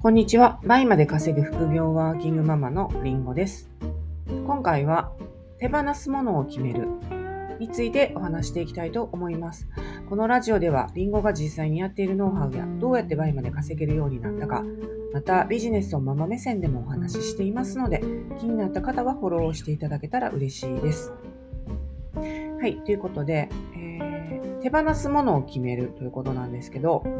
こんにちは。倍まで稼ぐ副業ワーキングママのりんごです。今回は手放すものを決めるについてお話していきたいと思います。このラジオではりんごが実際にやっているノウハウやどうやって倍まで稼げるようになったか、またビジネスをママ目線でもお話ししていますので、気になった方はフォローしていただけたら嬉しいです。はい、ということで、手放すものを決めるということなんですけど、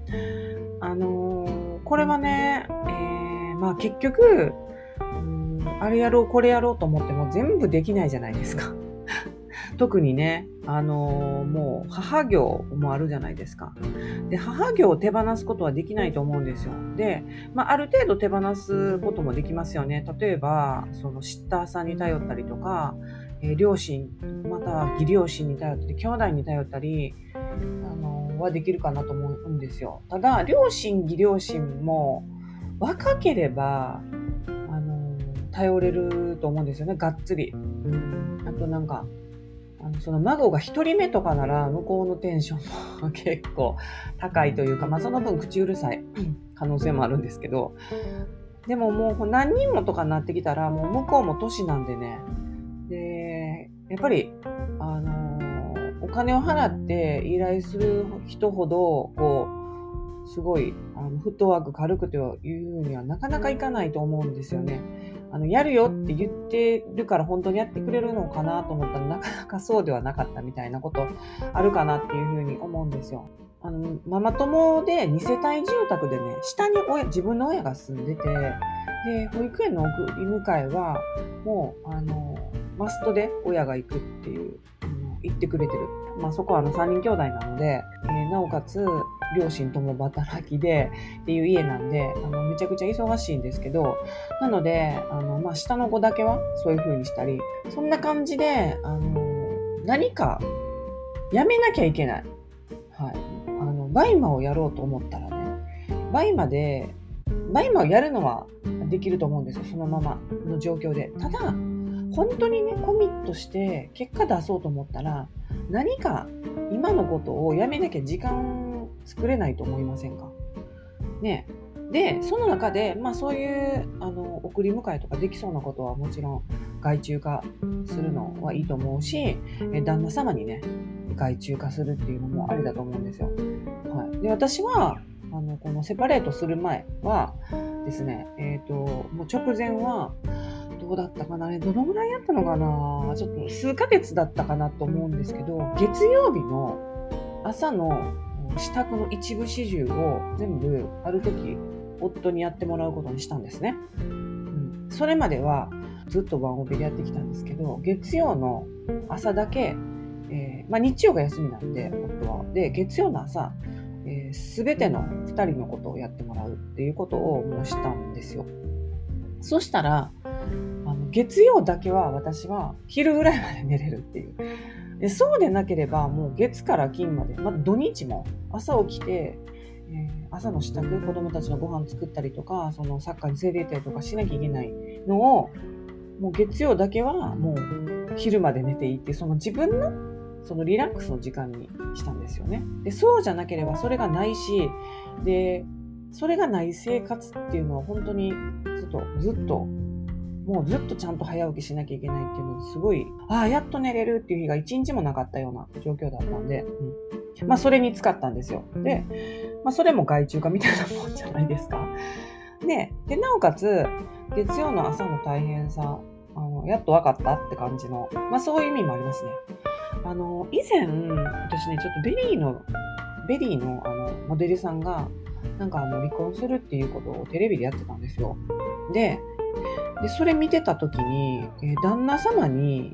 これはね、結局、あれやろうこれやろうと思っても全部できないじゃないですか。特にね、もう母業もあるじゃないですか。で、母業を手放すことはできないと思うんですよ。で、ある程度手放すこともできますよね。例えば、そのシッターさんに頼ったりとか、両親、または義両親に頼ったり、兄弟に頼ったり、はできるかなと思うんですよ。ただ、両親、義両親も若ければ、頼れると思うんですよね、がっつり。あとその孫が一人目とかなら向こうのテンションも結構高いというか、その分口うるさい可能性もあるんですけど、でももう何人もとかになってきたら、もう向こうも年なんでね。で、やっぱり、お金を払って依頼する人ほど、すごい、フットワーク軽くというにはなかなかいかないと思うんですよね。やるよって言ってるから本当にやってくれるのかなと思ったらなかなかそうではなかったみたいなことあるかなっていうふうに思うんですよ。ママ友で2世帯住宅でね、下に自分の親が住んでて、で、保育園の送り迎えはもうマストで親が行くっていう、言ってくれてる。そこは3人兄弟なので、なおかつ両親共働きでっていう家なんで、めちゃくちゃ忙しいんですけど、なので、下の子だけはそういう風にしたり、そんな感じで、何かやめなきゃいけない。はい。バイマをやろうと思ったらね、バイマをやるのはできると思うんですよ。そのままの状況で。ただ、本当にね、コミットして結果出そうと思ったら、何か今のことをやめなきゃ時間作れないと思いませんかね。で、その中で、そういう送り迎えとかできそうなことはもちろん外注化するのはいいと思うし、旦那様にね、外注化するっていうのもありだと思うんですよ。はい。で、私はこのセパレートする前はですね、もう直前はどうだったかな、どのぐらいやったのかな、ちょっと数ヶ月だったかなと思うんですけど、月曜日の朝の支度の一部始終を全部ある時夫にやってもらうことにしたんですね。それまではずっとワンオペでやってきたんですけど、月曜の朝だけ、日曜が休みなんで夫はで月曜の朝、全ての2人のことをやってもらうっていうことをもうしたんですよ。そしたら月曜だけは私は昼ぐらいまで寝れるっていう。でそうでなければもう月から金まで、土日も朝起きて、朝の支度、子供たちのご飯作ったりとか、そのサッカーに連れて行ったりとかしなきゃいけないのを、もう月曜だけはもう昼まで寝ていいっていう、その自分のそのリラックスの時間にしたんですよね。でそうじゃなければそれがないし、でそれがない生活っていうのは本当にずっとちゃんと早起きしなきゃいけないっていうのすごい、やっと寝れるっていう日が一日もなかったような状況だったんで、それに使ったんですよ。で、それも外注化みたいなもんじゃないですか。で、なおかつ、月曜の朝の大変さ、やっと分かったって感じの、そういう意味もありますね。以前、私ね、ちょっとベリーのモデルさんが、離婚するっていうことをテレビでやってたんですよ。で、それ見てた時に、旦那様が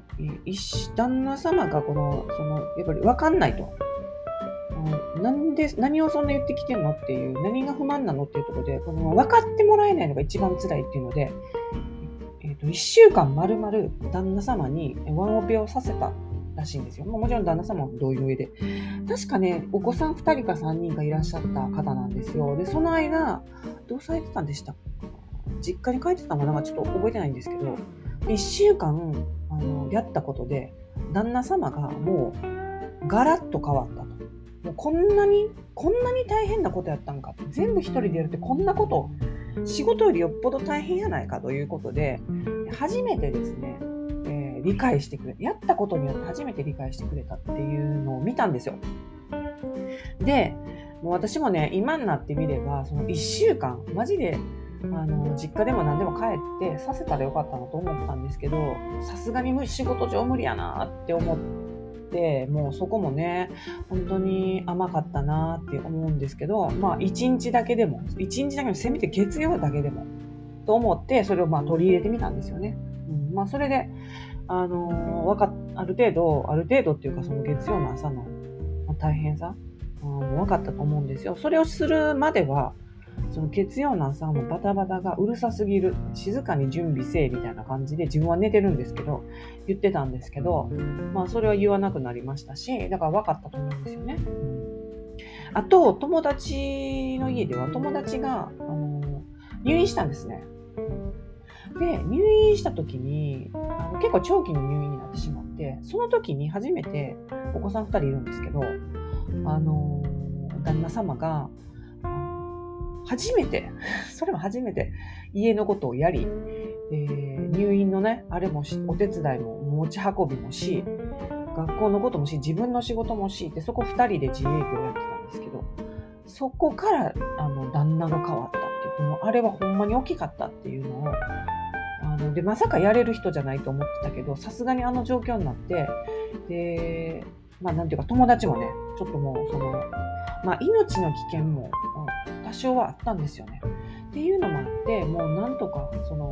やっぱり分かんないと。何をそんな言ってきてんのっていう、何が不満なのっていうところで、分かってもらえないのが一番辛いっていうので、1週間丸々旦那様にワンオペをさせたらしいんですよ。もちろん旦那様も同意の上で。確かね、お子さん2人か3人がいらっしゃった方なんですよ。で、その間、どうされてたんでしたか？実家に帰ってたのかちょっと覚えてないんですけど、1週間やったことで旦那様がもうガラッと変わったと。もうこんなに大変なことやったんかって、全部一人でやるってこんなこと仕事よりよっぽど大変やないかということで、初めてですね、理解してくれやったことによって初めて理解してくれたっていうのを見たんですよ。で、もう私もね、今になってみれば、その1週間、マジで、実家でも何でも帰ってさせたらよかったなと思ったんですけど、さすがに仕事上無理やなって思って、もうそこもね、本当に甘かったなって思うんですけど、まあ1日だけでも、せめて月曜だけでも、と思って、それをまあ取り入れてみたんですよね。まあそれで、ある程度っていうかその月曜の朝の大変さ、もう分かったと思うんですよ。それをするまでは、その月曜の朝のバタバタがうるさすぎる、静かに準備せえみたいな感じで自分は寝てるんですけど、言ってたんですけど、まあそれは言わなくなりましたし、だから分かったと思うんですよね。あと、友達の家では友達が、入院したんですね。で、入院した時に、結構長期の入院になってしまって、その時に初めてお子さん2人いるんですけど、旦那様が、それも初めて家のことをやり、入院のね、あれもお手伝いも持ち運びもし、学校のこともし、自分の仕事もし、でそこ2人で自営業やってたんですけど、そこから旦那が変わったって言っても、あれはほんまに大きかったっていうのを、でまさかやれる人じゃないと思ってたけど、さすがに状況になって、で、まあなんていうか友達もね、ちょっともうまあ命の危険も多少はあったんですよね。っていうのもあって、もうなんとか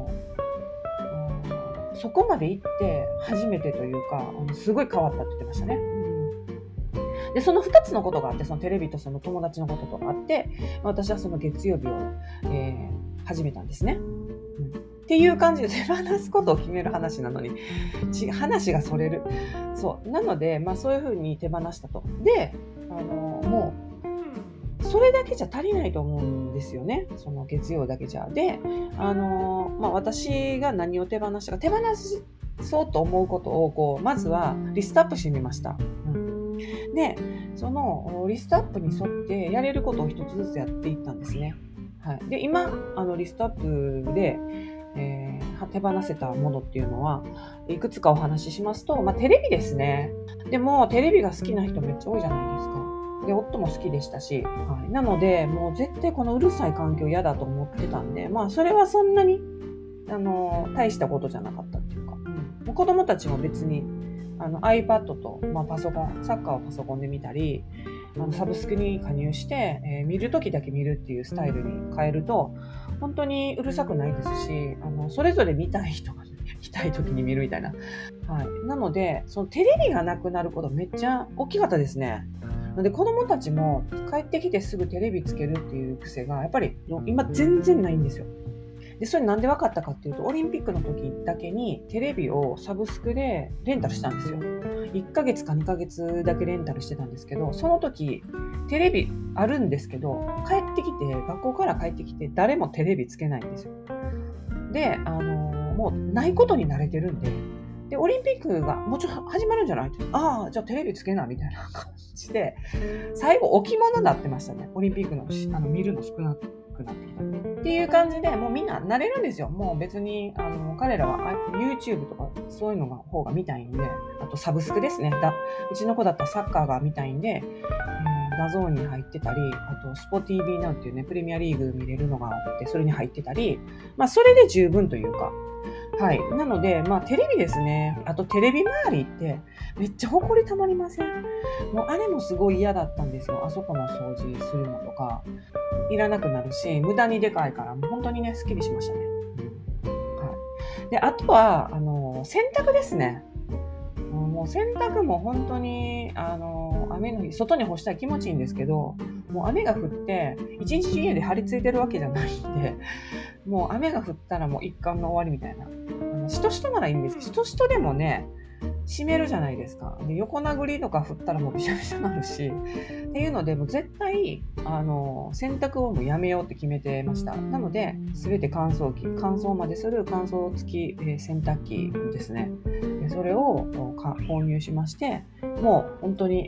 そこまで行って初めてというか、すごい変わったって言ってましたね。で、その2つのことがあって、そのテレビとその友達のこととかあって、私はその月曜日を、始めたんですね。っていう感じで手放すことを決める話なのに、話がそれる。そう。なので、まあそういうふうに手放したと。で、もう、それだけじゃ足りないと思うんですよね。その月曜だけじゃ。で、まあ私が何を手放したか、手放そうと思うことを、まずはリストアップしてみました。で、そのリストアップに沿ってやれることを一つずつやっていったんですね。はい。で、今、リストアップで、手放せたものっていうのはいくつかお話ししますと、まあ、テレビですね。でもテレビが好きな人めっちゃ多いじゃないですか。で、夫も好きでしたし、はい、なのでもう絶対このうるさい環境嫌だと思ってたんで、まあそれはそんなに大したことじゃなかったっていうか、子供たちも別にiPad と、まあ、パソコン、サッカーをパソコンで見たり、サブスクに加入して、見るときだけ見るっていうスタイルに変えると、本当にうるさくないですし、それぞれ見たい人が見たいときに見るみたいな。はい。なので、そのテレビがなくなることめっちゃ大きかったですね。なので子供たちも帰ってきてすぐテレビつけるっていう癖が、やっぱり今全然ないんですよ。で、それなんで分かったかっていうと、オリンピックの時だけにテレビをサブスクでレンタルしたんですよ。1ヶ月か2ヶ月だけレンタルしてたんですけど、その時テレビあるんですけど、学校から帰ってきて誰もテレビつけないんですよ。で、もうないことに慣れてるんで、で、オリンピックがもうちょっと始まるんじゃないって、ああ、じゃあテレビつけなみたいな感じで、最後置物になってましたね。オリンピックの見るの少なくなってきたっていう感じで、もうみんな慣れるんですよ。もう別に彼らは YouTube とかそういうのが方が見たいんで、あとサブスクですね。うちの子だったらサッカーが見たいんで、ダゾーンに入ってたり、あとスポ TV なんていうね、プレミアリーグ見れるのがあって、それに入ってたり、まあそれで十分というか、はい。なので、まあテレビですね。あとテレビ周りってめっちゃ埃たまりません？もうあれもすごい嫌だったんですよ。あそこの掃除するのとか、いらなくなるし、無駄にでかいから、もう本当にね、スッキリしましたね。はい。で、あとは、洗濯ですね。もう洗濯も本当に、雨の日、外に干したら気持ちいいんですけど、もう雨が降って、一日中家で張り付いてるわけじゃないんで、もう雨が降ったらもう一貫の終わりみたいな。しとしとならいいんですけど、しとしとでもね、湿るじゃないですか。で、横殴りとか降ったらもうびしゃびしゃになるし、っていうので、もう絶対、洗濯をもうやめようって決めてました。なので、すべて乾燥までする乾燥付き、洗濯機ですね。それを購入しまして、もう本当に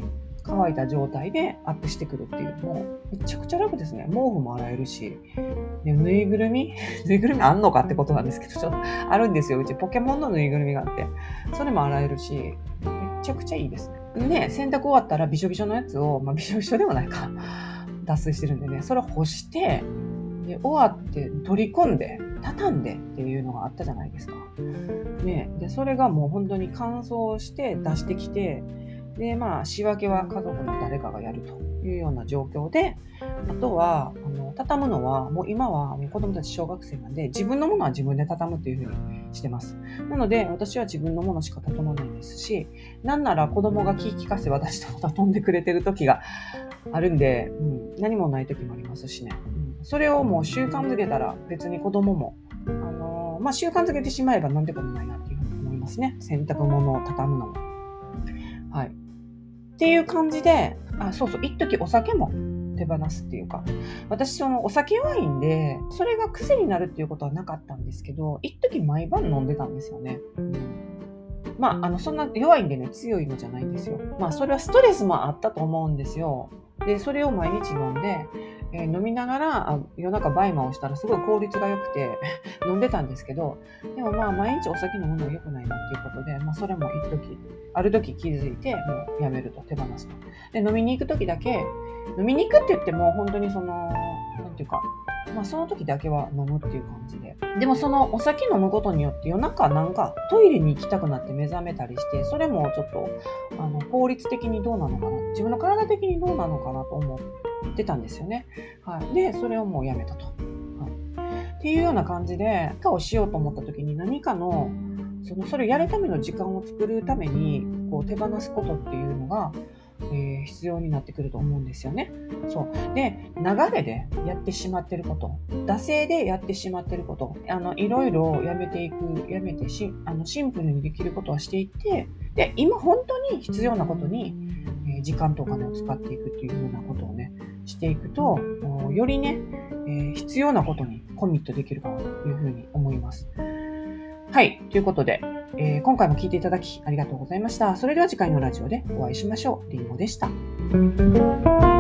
乾いた状態でアップしてくるっていう、もうめちゃくちゃ楽ですね。毛布も洗えるし、でぬいぐるみあんのかってことなんですけど、ちょっとあるんですよ。うちポケモンのぬいぐるみがあって、それも洗えるし、めちゃくちゃいいですね。で、洗濯終わったらびしょびしょのやつを、びしょびしょでもないか、脱水してるんでね、それを干して、で終わって取り込んで、畳んでっていうのがあったじゃないですか。ね、で、それがもう本当に乾燥して出してきて、で、仕分けは家族の誰かがやるというような状況で、あとは、畳むのは、もう今は子供たち小学生なんで、自分のものは自分で畳むっていうふうにしてます。なので、私は自分のものしか畳まないんですし、なんなら子供が気利かせ私と畳んでくれてる時があるんで、何もない時もありますしね。それをもう習慣づけたら別に子供も、習慣づけてしまえば何でもないなっていうふうに思いますね。洗濯物を畳むのも。はい。っていう感じで、一時お酒も手放すっていうか、私お酒弱いんで、それが癖になるっていうことはなかったんですけど、一時毎晩飲んでたんですよね。そんな弱いんでね、強いのじゃないんですよ。それはストレスもあったと思うんですよ。で、それを毎日飲んで、飲みながら夜中バイマをしたらすごい効率が良くて飲んでたんですけど、でも毎日お酒飲むのは良くないなっていうことで、それもある時気づいて、もうやめると、手放すと。で、飲みに行く時だけ、飲みに行くって言っても本当になんていうか、その時だけは飲むっていう感じで。でもお酒飲むことによって夜中トイレに行きたくなって目覚めたりして、それもちょっと効率的にどうなのかな、自分の体的にどうなのかなと思ってたんですよね。はい。で、それをもうやめたと。はい。っていうような感じで、何かをしようと思った時に何かの、それをやるための時間を作るために、手放すことっていうのが、必要になってくると思うんですよね。そう。で、流れでやってしまってること、惰性でやってしまってること、いろいろやめてシンプルにできることはしていって、で、今本当に必要なことに、時間とお金を使っていくっていうふうなことをね、していくと、よりね、必要なことにコミットできるかなというふうに思います。はい。ということで、今回も聞いていただきありがとうございました。それでは次回のラジオでお会いしましょう。りんごでした。